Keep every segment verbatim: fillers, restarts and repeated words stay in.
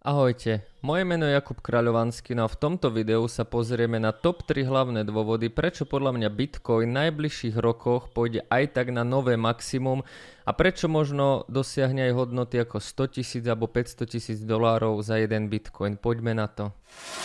Ahojte, moje meno je Jakub Kráľovanský, no a v tomto videu sa pozrieme na top tri hlavné dôvody, prečo podľa mňa Bitcoin v najbližších rokoch pôjde aj tak na nové maximum a prečo možno dosiahne aj hodnoty ako sto tisíc alebo päťsto tisíc dolárov za jeden Bitcoin. Poďme na to.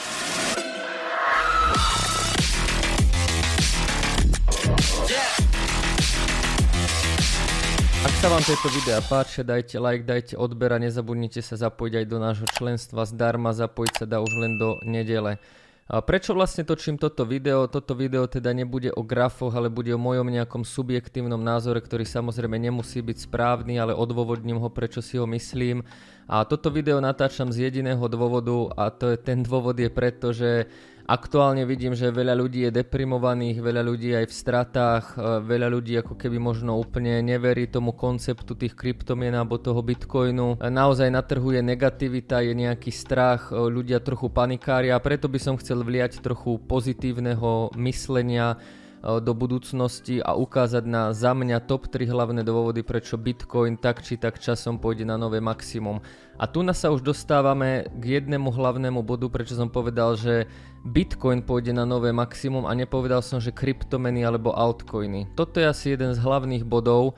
Ak sa vám tieto videá páčia, dajte like, dajte odber a nezabudnite sa zapojiť aj do nášho členstva zdarma, zapojiť sa dá už len do nedele. A prečo vlastne točím toto video? Toto video teda nebude o grafoch, ale bude o mojom nejakom subjektívnom názore, ktorý samozrejme nemusí byť správny, ale odôvodním ho, prečo si ho myslím. A toto video natáčam z jediného dôvodu a to je, ten dôvod je preto, že aktuálne vidím, že veľa ľudí je deprimovaných, veľa ľudí aj v stratách, veľa ľudí ako keby možno úplne neverí tomu konceptu tých kryptomien alebo toho Bitcoinu. Naozaj na trhu je negativita, je nejaký strach, ľudia trochu panikária a preto by som chcel vliať trochu pozitívneho myslenia do budúcnosti a ukázať na za mňa top tri hlavné dôvody, prečo Bitcoin tak či tak časom pôjde na nové maximum. A tu nás sa už dostávame k jednému hlavnému bodu, prečo som povedal, že Bitcoin pôjde na nové maximum a nepovedal som, že kryptomeny alebo altcoiny. Toto je asi jeden z hlavných bodov,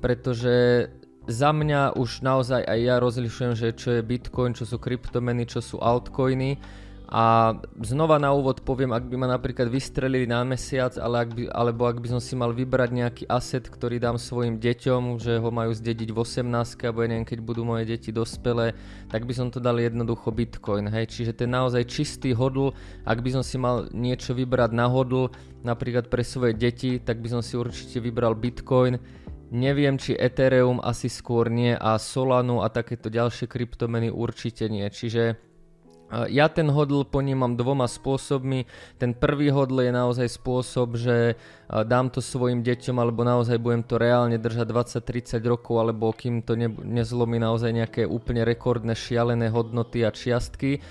pretože za mňa už naozaj aj ja rozlišujem, že čo je Bitcoin, čo sú kryptomeny, čo sú altcoiny. A znova na úvod poviem, ak by ma napríklad vystrelili na mesiac, ale ak by, alebo ak by som si mal vybrať nejaký asset, ktorý dám svojim deťom, že ho majú zdediť v osemnástke, alebo ja neviem, keď budú moje deti dospelé, tak by som to dal jednoducho Bitcoin, hej. Čiže ten naozaj čistý hodl, ak by som si mal niečo vybrať na hodl, napríklad pre svoje deti, tak by som si určite vybral Bitcoin. Neviem, či Ethereum asi skôr nie a Solanu a takéto ďalšie kryptomeny určite nie, čiže ja ten hodl ponímam dvoma spôsobmi. Ten prvý hodl je naozaj spôsob, že dám to svojim deťom alebo naozaj budem to reálne držať dvadsať tridsať rokov alebo kým to ne, nezlomí naozaj nejaké úplne rekordné šialené hodnoty a čiastky.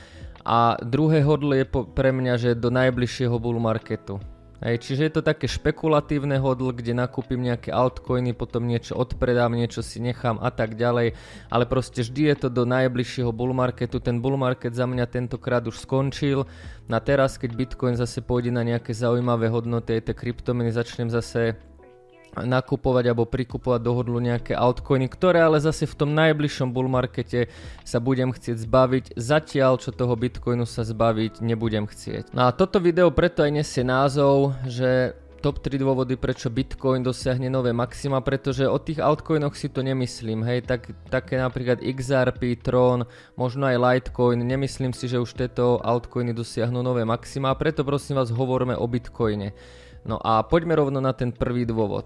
A druhé hodl je po, pre mňa, že do najbližšieho bull marketu. Hej, čiže je to také špekulatívne hodl, kde nakúpim nejaké altcoiny, potom niečo odpredám, niečo si nechám a tak ďalej, ale proste vždy je to do najbližšieho bull marketu. Ten bull market za mňa tentokrát už skončil. Na teraz, keď Bitcoin zase pôjde na nejaké zaujímavé hodnoty, aj tie kryptomeny, začnem zase nakupovať alebo prikupovať do hodlu nejaké altcoiny, ktoré ale zase v tom najbližšom bull markete sa budem chcieť zbaviť, zatiaľ čo toho Bitcoinu sa zbaviť nebudem chcieť. No a toto video preto aj nesie názov, že top tri dôvody, prečo Bitcoin dosiahne nové maxima, pretože o tých altcoinoch si to nemyslím, hej, tak, také napríklad X R P, Tron, možno aj Litecoin, nemyslím si, že už tieto altcoiny dosiahnu nové maxima, preto prosím vás hovorme o Bitcoine. No a poďme rovno na ten prvý dôvod.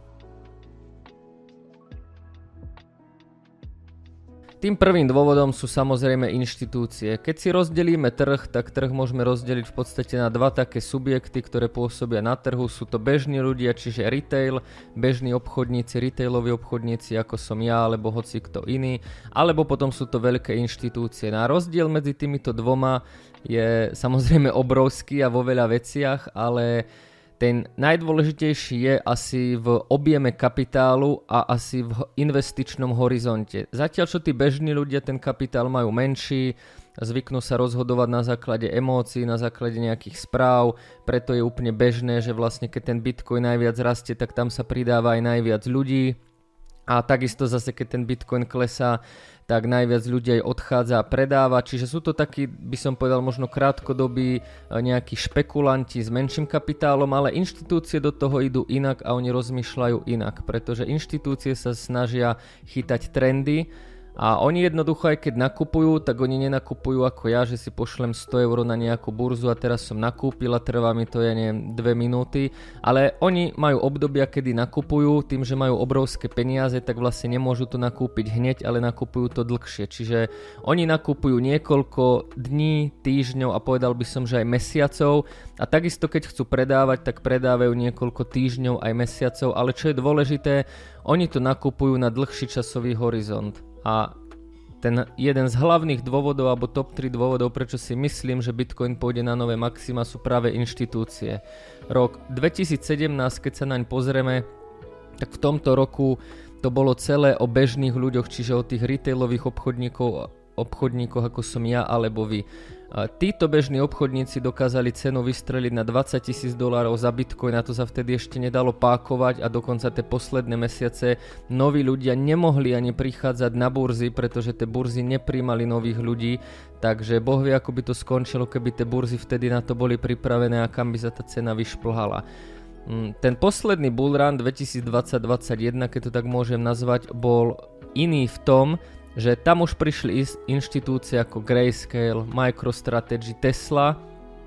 Tým prvým dôvodom sú samozrejme inštitúcie. Keď si rozdelíme trh, tak trh môžeme rozdeliť v podstate na dva také subjekty, ktoré pôsobia na trhu. Sú to bežní ľudia, čiže retail, bežní obchodníci, retailoví obchodníci ako som ja alebo hoci kto iný, alebo potom sú to veľké inštitúcie. Na rozdiel medzi týmito dvoma je samozrejme obrovský a vo veľa veciach, ale ten najdôležitejší je asi v objeme kapitálu a asi v investičnom horizonte. Zatiaľ čo tí bežní ľudia ten kapitál majú menší, zvyknú sa rozhodovať na základe emócií, na základe nejakých správ, preto je úplne bežné, že vlastne keď ten Bitcoin najviac rastie, tak tam sa pridáva aj najviac ľudí. A takisto zase, keď ten Bitcoin klesá, tak najviac ľudí aj odchádza a predáva. Čiže sú to takí, by som povedal, možno krátkodobí nejakí špekulanti s menším kapitálom, ale inštitúcie do toho idú inak a oni rozmýšľajú inak, pretože inštitúcie sa snažia chytať trendy. A oni jednoducho aj keď nakupujú, tak oni nenakupujú ako ja, že si pošlem sto eur na nejakú burzu a teraz som nakúpil a trvá mi to, ja neviem, dve minúty. Ale oni majú obdobia, kedy nakupujú, tým, že majú obrovské peniaze, tak vlastne nemôžu to nakúpiť hneď, ale nakupujú to dlhšie. Čiže oni nakupujú niekoľko dní, týždňov a povedal by som, že aj mesiacov. A takisto keď chcú predávať, tak predávajú niekoľko týždňov aj mesiacov. Ale čo je dôležité, oni to nakupujú na dlhší časový horizont. A ten jeden z hlavných dôvodov, alebo top tri dôvodov, prečo si myslím, že Bitcoin pôjde na nové maxima, sú práve inštitúcie. Rok dvetisícsedemnásť, keď sa naň pozrieme, tak v tomto roku to bolo celé o bežných ľuďoch, čiže o tých retailových obchodníkov obchodníkoch ako som ja alebo vy. Títo bežní obchodníci dokázali cenu vystreliť na dvadsať tisíc dolárov za bitcoin, a to sa vtedy ešte nedalo pákovať a dokonca tie posledné mesiace noví ľudia nemohli ani prichádzať na burzy, pretože tie burzy nepríjmali nových ľudí, takže Boh vie, ako by to skončilo, keby tie burzy vtedy na to boli pripravené a kam by sa tá cena vyšplhala. Ten posledný bullrun dvetisícdvadsať dvadsaťjeden, keď to tak môžem nazvať, bol iný v tom, že tam už prišli inštitúcie ako Grayscale, MicroStrategy, Tesla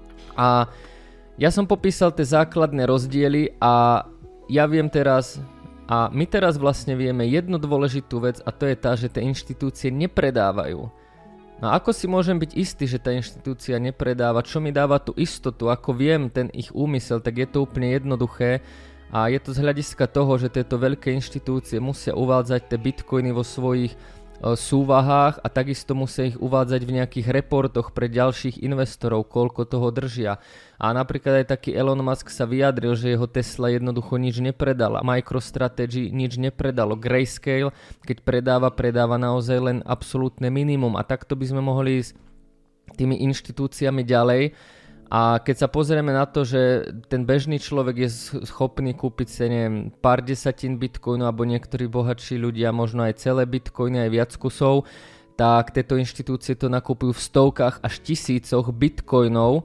a ja som popísal tie základné rozdiely a ja viem teraz a my teraz vlastne vieme jednu dôležitú vec a to je tá, že tie inštitúcie nepredávajú. No ako si môžem byť istý, že tá inštitúcia nepredáva, čo mi dáva tú istotu, ako viem ten ich úmysel, tak je to úplne jednoduché a je to z hľadiska toho, že tieto veľké inštitúcie musia uvádzať tie bitcoiny vo svojich súvahách a takisto musia ich uvádzať v nejakých reportoch pre ďalších investorov, koľko toho držia. A napríklad aj taký Elon Musk sa vyjadril, že jeho Tesla jednoducho nič nepredala. MicroStrategy nič nepredalo. Grayscale, keď predáva, predáva naozaj len absolútne minimum. A takto by sme mohli ísť tými inštitúciami ďalej. A keď sa pozrieme na to, že ten bežný človek je schopný kúpiť si, neviem, pár desatín bitcoinu alebo niektorí bohatší ľudia, možno aj celé bitcoiny, aj viac kusov, tak tieto inštitúcie to nakupujú v stovkách až tisícoch bitcoinov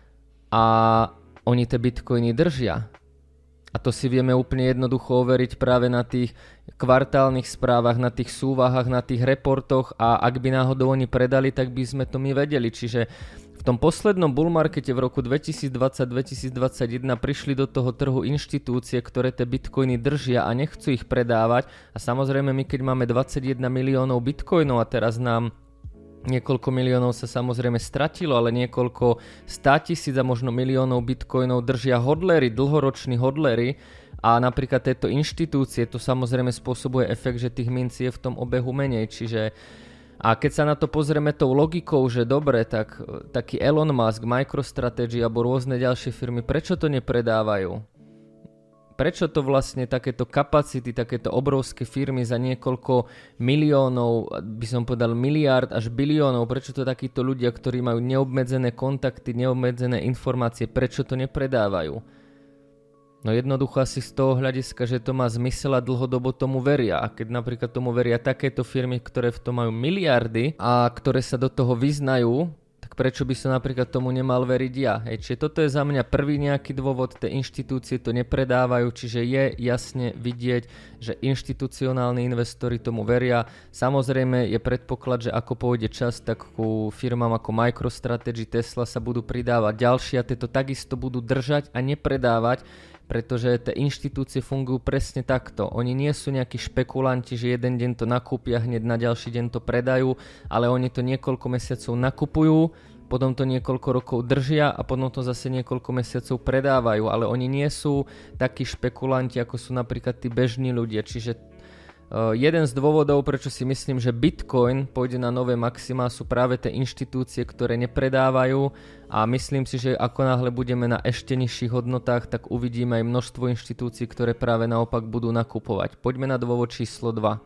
a oni tie bitcoiny držia. A to si vieme úplne jednoducho overiť práve na tých kvartálnych správach, na tých súvahách, na tých reportoch a ak by náhodou oni predali, tak by sme to my vedeli. Čiže v tom poslednom bull markete v roku dvetisícdvadsať dvetisícdvadsaťjeden prišli do toho trhu inštitúcie, ktoré tie bitcoiny držia a nechcú ich predávať. A samozrejme my keď máme dvadsaťjeden miliónov bitcoinov a teraz nám niekoľko miliónov sa samozrejme stratilo, ale niekoľko státisíc a možno miliónov bitcoinov držia hodlery, dlhoroční hodlery a napríklad tieto inštitúcie, to samozrejme spôsobuje efekt, že tých mincí je v tom obehu menej, čiže a keď sa na to pozrieme tou logikou, že dobre, tak taký Elon Musk, MicroStrategy alebo rôzne ďalšie firmy, prečo to nepredávajú? Prečo to vlastne takéto kapacity, takéto obrovské firmy za niekoľko miliónov, by som povedal miliárd až biliónov, prečo to takíto ľudia, ktorí majú neobmedzené kontakty, neobmedzené informácie, prečo to nepredávajú? No jednoducho asi z toho hľadiska, že to má zmysel a dlhodobo tomu veria. A keď napríklad tomu veria takéto firmy, ktoré v tom majú miliardy a ktoré sa do toho vyznajú, tak prečo by som napríklad tomu nemal veriť ja? Hej, čiže toto je za mňa prvý nejaký dôvod, tie inštitúcie to nepredávajú, čiže je jasne vidieť, že inštitucionálni investori tomu veria. Samozrejme je predpoklad, že ako pôjde čas, tak ku firmám ako MicroStrategy, Tesla sa budú pridávať ďalšie a tieto takisto budú držať a nepredávať, pretože tie inštitúcie fungujú presne takto. Oni nie sú nejakí špekulanti, že jeden deň to nakúpia, hneď na ďalší deň to predajú, ale oni to niekoľko mesiacov nakupujú, potom to niekoľko rokov držia a potom to zase niekoľko mesiacov predávajú, ale oni nie sú takí špekulanti, ako sú napríklad tí bežní ľudia, čiže Uh, jeden z dôvodov, prečo si myslím, že Bitcoin pôjde na nové maxima, sú práve tie inštitúcie, ktoré nepredávajú a myslím si, že ako náhle budeme na ešte nižších hodnotách, tak uvidíme aj množstvo inštitúcií, ktoré práve naopak budú nakupovať. Poďme na dôvod číslo dva.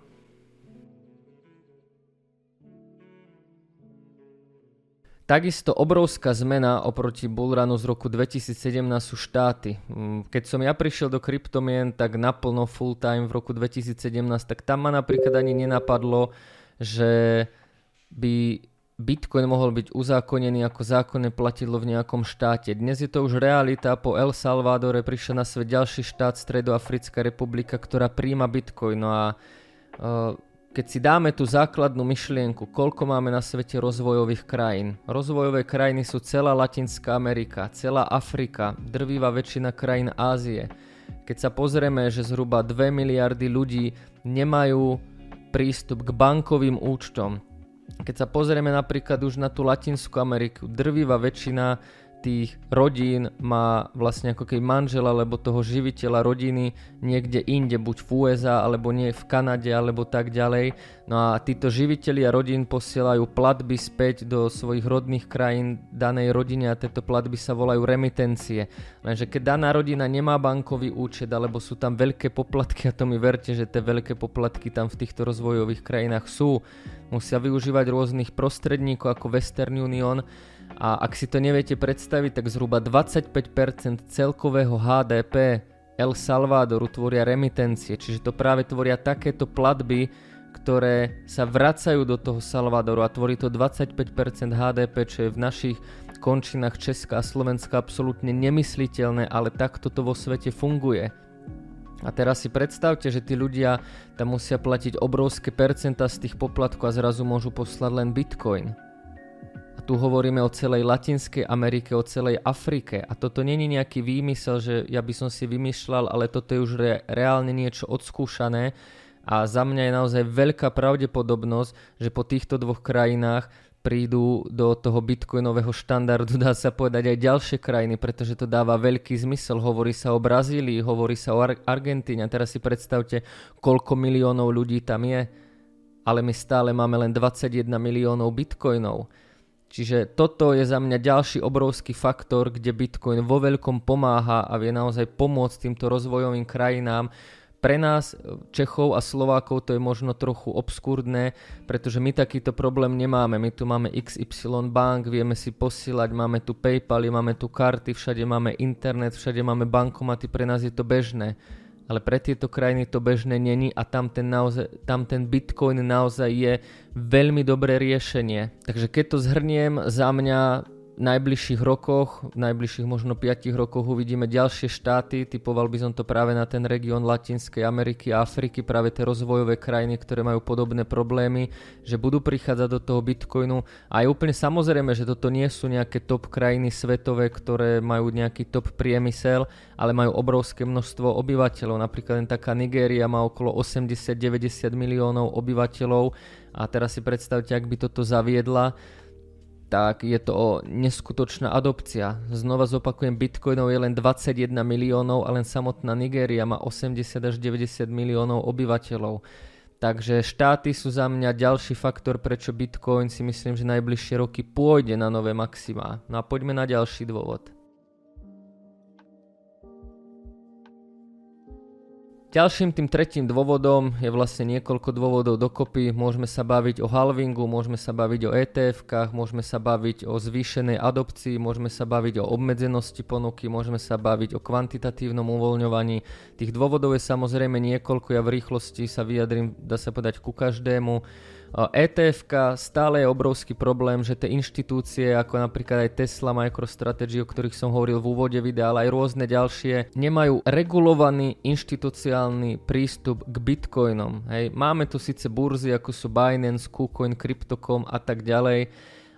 Takisto obrovská zmena oproti bullrunu z roku dvetisícsedemnásť sú štáty. Keď som ja prišiel do kryptomien, tak naplno full time v roku dvetisícsedemnásť, tak tam ma napríklad ani nenapadlo, že by Bitcoin mohol byť uzákonený ako zákonné platidlo v nejakom štáte. Dnes je to už realita, po El Salvadore prišiel na svet ďalší štát, Stredoafrická republika, ktorá príjma Bitcoin. No a uh, keď si dáme tú základnú myšlienku, koľko máme na svete rozvojových krajín. Rozvojové krajiny sú celá Latinská Amerika, celá Afrika, drvivá väčšina krajín Ázie. Keď sa pozrieme, že zhruba dve miliardy ľudí nemajú prístup k bankovým účtom. Keď sa pozrieme napríklad už na tú Latinskú Ameriku, drvivá väčšina tých rodín má vlastne ako keby manžela alebo toho živiteľa rodiny niekde inde, buď v ú es á alebo nie v Kanade alebo tak ďalej. No a títo živitelia rodín posielajú platby späť do svojich rodných krajín danej rodine a tieto platby sa volajú remitencie. Lenže keď daná rodina nemá bankový účet alebo sú tam veľké poplatky, a to mi verte, že tie veľké poplatky tam v týchto rozvojových krajinách sú, musia využívať rôznych prostredníkov ako Western Union. A ak si to neviete predstaviť, tak zhruba dvadsaťpäť percent celkového há dé pé El Salvadoru tvoria remitencie, čiže to práve tvoria takéto platby, ktoré sa vracajú do toho Salvadoru a tvorí to dvadsaťpäť percent há dé pé, čo je v našich končinách Česka a Slovenska absolútne nemysliteľné, ale takto to vo svete funguje. A teraz si predstavte, že tí ľudia tam musia platiť obrovské percentá z tých poplatkov a zrazu môžu poslať len Bitcoin. A tu hovoríme o celej Latinskej Amerike, o celej Afrike. A toto nie je nejaký výmysel, že ja by som si vymýšľal, ale toto je už re- reálne niečo odskúšané. A za mňa je naozaj veľká pravdepodobnosť, že po týchto dvoch krajinách prídu do toho bitcoinového štandardu, dá sa povedať, aj ďalšie krajiny, pretože to dáva veľký zmysel. Hovorí sa o Brazílii, hovorí sa o Ar- Argentíne. A teraz si predstavte, koľko miliónov ľudí tam je. Ale my stále máme len dvadsaťjeden miliónov bitcoinov. Čiže toto je za mňa ďalší obrovský faktor, kde Bitcoin vo veľkom pomáha a vie naozaj pomôcť týmto rozvojovým krajinám. Pre nás, Čechov a Slovákov, to je možno trochu obskúrne, pretože my takýto problém nemáme. My tu máme iks ypsilon bank, vieme si posielať, máme tu PayPaly, máme tu karty, všade máme internet, všade máme bankomaty, pre nás je to bežné. Ale pre tieto krajiny to bežné není a tam ten, naozaj, tam ten Bitcoin naozaj je veľmi dobré riešenie. Takže keď to zhrniem, za mňa v najbližších rokoch, v najbližších možno piatich rokoch uvidíme ďalšie štáty, typoval by som to práve na ten región Latinskej Ameriky a Afriky, práve tie rozvojové krajiny, ktoré majú podobné problémy, že budú prichádzať do toho Bitcoinu. A je úplne samozrejme, že toto nie sú nejaké top krajiny svetové, ktoré majú nejaký top priemysel, ale majú obrovské množstvo obyvateľov. Napríklad len taká Nigéria má okolo osemdesiat deväťdesiat miliónov obyvateľov a teraz si predstavte, ak by toto zaviedla, tak je to neskutočná adopcia. Znova zopakujem, bitcoinov je len dvadsaťjeden miliónov a len samotná Nigéria má osemdesiat až deväťdesiat miliónov obyvateľov. Takže štáty sú za mňa ďalší faktor, prečo Bitcoin si myslím, že najbližšie roky pôjde na nové maximá. No a poďme na ďalší dôvod. Ďalším tým tretím dôvodom je vlastne niekoľko dôvodov dokopy. Môžeme sa baviť o halvingu, môžeme sa baviť o é té efkách, môžeme sa baviť o zvýšenej adopcii, môžeme sa baviť o obmedzenosti ponuky, môžeme sa baviť o kvantitatívnom uvoľňovaní. Tých dôvodov je samozrejme niekoľko, ja v rýchlosti sa vyjadrím, dá sa povedať, ku každému. é té efka stále je obrovský problém, že tie inštitúcie ako napríklad aj Tesla, MicroStrategy, o ktorých som hovoril v úvode videa, ale aj rôzne ďalšie, nemajú regulovaný inštitucionálny prístup k bitcoinom. Hej. Máme tu síce burzy ako sú Binance, KuCoin, Crypto.com a tak ďalej,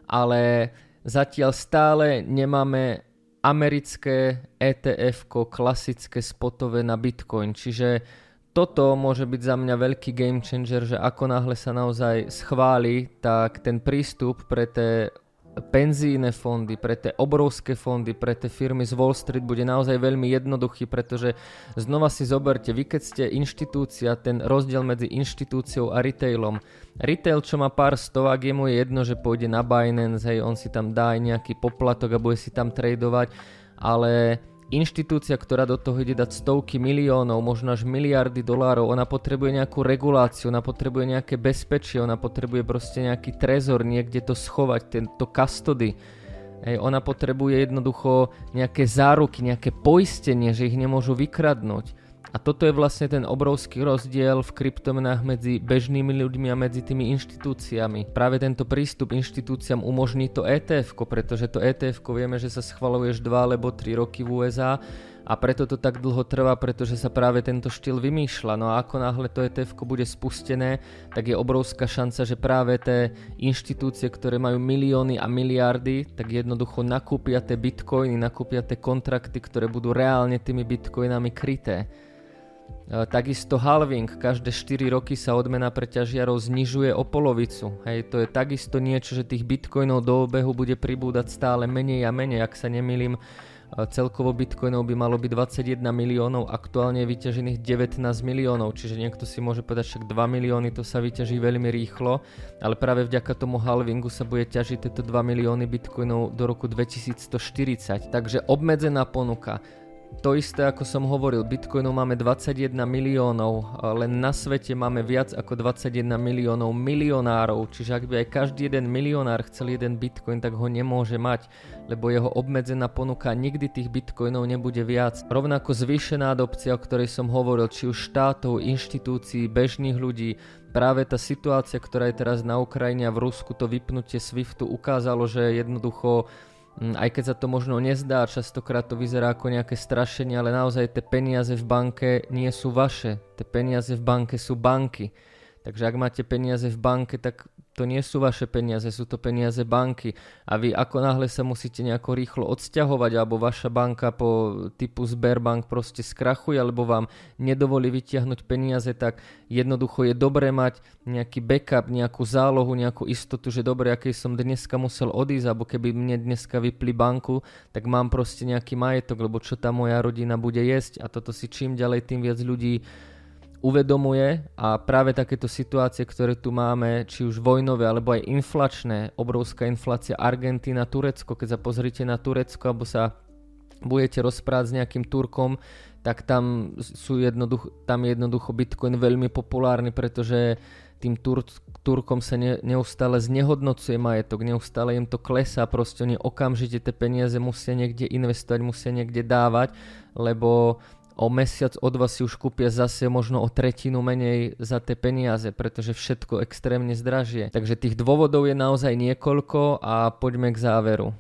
ale zatiaľ stále nemáme americké é té efko klasické spotové na bitcoin, čiže toto môže byť za mňa veľký game changer, že ako náhle sa naozaj schváli, tak ten prístup pre tie penzíne fondy, pre tie obrovské fondy, pre tie firmy z Wall Street bude naozaj veľmi jednoduchý, pretože znova si zoberte, vy keď ste inštitúcia, ten rozdiel medzi inštitúciou a retailom. Retail, čo má pár stovák, je mu jedno, že pôjde na Binance, hej, on si tam dá aj nejaký poplatok a bude si tam tradovať, ale inštitúcia, ktorá do toho ide dať stovky miliónov, možno až miliardy dolárov, ona potrebuje nejakú reguláciu, ona potrebuje nejaké bezpečie, ona potrebuje proste nejaký trezor, niekde to schovať, tento custody. Hej, ona potrebuje jednoducho nejaké záruky, nejaké poistenie, že ich nemôžu vykradnúť. A toto je vlastne ten obrovský rozdiel v kryptomenách medzi bežnými ľuďmi a medzi tými inštitúciami. Práve tento prístup inštitúciám umožní to é té efko, pretože to é té efko vieme, že sa schvaľuje až dva alebo tri roky v ú es á a preto to tak dlho trvá, pretože sa práve tento štýl vymýšľa. No a ako náhle to é té efko bude spustené, tak je obrovská šanca, že práve tie inštitúcie, ktoré majú milióny a miliardy, tak jednoducho nakúpia tie bitcoiny, nakúpia tie kontrakty, ktoré budú reálne tými bitcoinami kryté. Takisto halving, každé štyri roky sa odmena pre ťažiarov znižuje o polovicu. Hej, to je takisto niečo, že tých bitcoinov do obehu bude pribúdať stále menej a menej, ak sa nemýlim. Celkovo bitcoinov by malo byť dvadsaťjeden miliónov, aktuálne je vyťažených devätnásť miliónov, čiže niekto si môže povedať, však dva milióny to sa vyťaží veľmi rýchlo, ale práve vďaka tomu halvingu sa bude ťažiť tieto dva milióny bitcoinov do roku dvetisícstoštyridsať, takže obmedzená ponuka. To isté, ako som hovoril, bitcoinov máme dvadsaťjeden miliónov, len na svete máme viac ako dvadsaťjeden miliónov milionárov, čiže ak by aj každý jeden milionár chcel jeden bitcoin, tak ho nemôže mať, lebo jeho obmedzená ponuka, nikdy tých bitcoinov nebude viac. Rovnako zvýšená adopcia, o ktorej som hovoril, či už štátov, inštitúcií, bežných ľudí, práve tá situácia, ktorá je teraz na Ukrajine a v Rusku, to vypnutie Swiftu ukázalo, že jednoducho, aj keď sa to možno nezdá, častokrát to vyzerá ako nejaké strašenie, ale naozaj tie peniaze v banke nie sú vaše. Tie peniaze v banke sú banky. Takže ak máte peniaze v banke, tak to nie sú vaše peniaze, sú to peniaze banky. A vy ako náhle sa musíte nejako rýchlo odsťahovať, alebo vaša banka po typu Sberbank proste skrachuje, alebo vám nedovolí vytiahnuť peniaze, tak jednoducho je dobré mať nejaký backup, nejakú zálohu, nejakú istotu, že dobre, aký som dneska musel odísť, alebo keby mne dneska vypli banku, tak mám proste nejaký majetok, lebo čo tá moja rodina bude jesť. A toto si čím ďalej, tým viac ľudí uvedomuje a práve takéto situácie, ktoré tu máme, či už vojnové alebo aj inflačné, obrovská inflácia Argentína, Turecko, keď sa pozrite na Turecko alebo sa budete rozprávať s nejakým Turkom, tak tam sú jednoducho, tam je jednoducho Bitcoin veľmi populárny, pretože tým Tur- Turkom sa ne, neustále znehodnocuje majetok, neustále im to klesá, proste oni okamžite tie peniaze musia niekde investovať, musia niekde dávať, lebo o mesiac, o dva si už kúpia zase možno o tretinu menej za tie peniaze, pretože všetko extrémne zdražie. Takže tých dôvodov je naozaj niekoľko a poďme k záveru.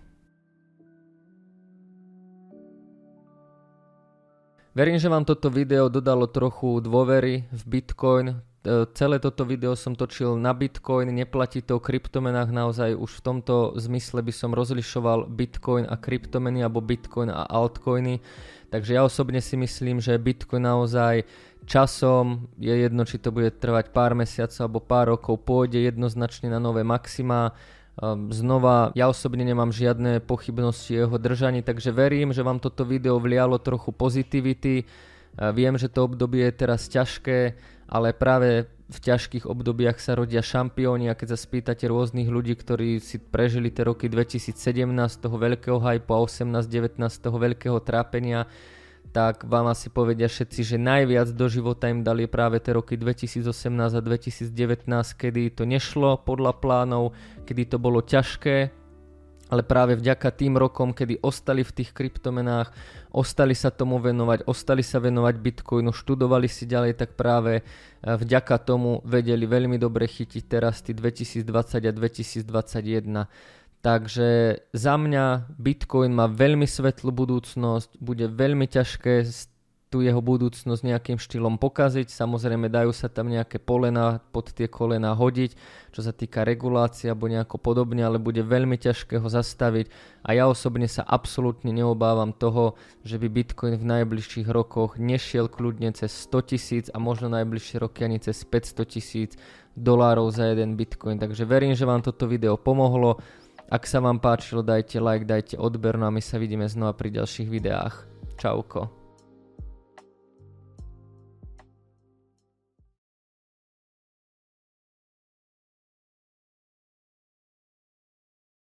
Verím, že vám toto video dodalo trochu dôvery v Bitcoin. Celé toto video som točil na Bitcoin, neplatí to o kryptomenách, naozaj už v tomto zmysle by som rozlišoval Bitcoin a kryptomeny alebo Bitcoin a altcoiny. Takže ja osobne si myslím, že Bitcoin naozaj časom, je jedno, či to bude trvať pár mesiacov alebo pár rokov, pôjde jednoznačne na nové maxima. Znova, ja osobne nemám žiadne pochybnosti o jeho držaní, takže verím, že vám toto video vlialo trochu pozitivity. Viem, že to obdobie je teraz ťažké, ale práve v ťažkých obdobiach sa rodia šampióni a keď sa spýtate rôznych ľudí, ktorí si prežili tie roky dvetisícsedemnásť toho veľkého hypu a osemnásť devätnásť toho veľkého trápenia, tak vám asi povedia všetci, že najviac do života im dali práve tie roky dvetisícosemnásť a dvetisícdevätnásť, kedy to nešlo podľa plánov, kedy to bolo ťažké. Ale práve vďaka tým rokom, kedy ostali v tých kryptomenách, ostali sa tomu venovať, ostali sa venovať Bitcoinu, študovali si ďalej, tak práve vďaka tomu vedeli veľmi dobre chytiť teraz tí dvetisícdvadsať a dvetisícdvadsaťjeden. Takže za mňa Bitcoin má veľmi svetlú budúcnosť, bude veľmi ťažké tú jeho budúcnosť nejakým štýlom pokaziť. Samozrejme dajú sa tam nejaké polena pod tie kolená hodiť, čo sa týka regulácie alebo nejako podobne, ale bude veľmi ťažké ho zastaviť a ja osobne sa absolútne neobávam toho, že by Bitcoin v najbližších rokoch nešiel kľudne cez sto tisíc a možno najbližšie roky ani cez päťsto tisíc dolárov za jeden Bitcoin. Takže verím, že vám toto video pomohlo. Ak sa vám páčilo, dajte like, dajte odber, no a my sa vidíme znova pri ďalších videách. Čauko.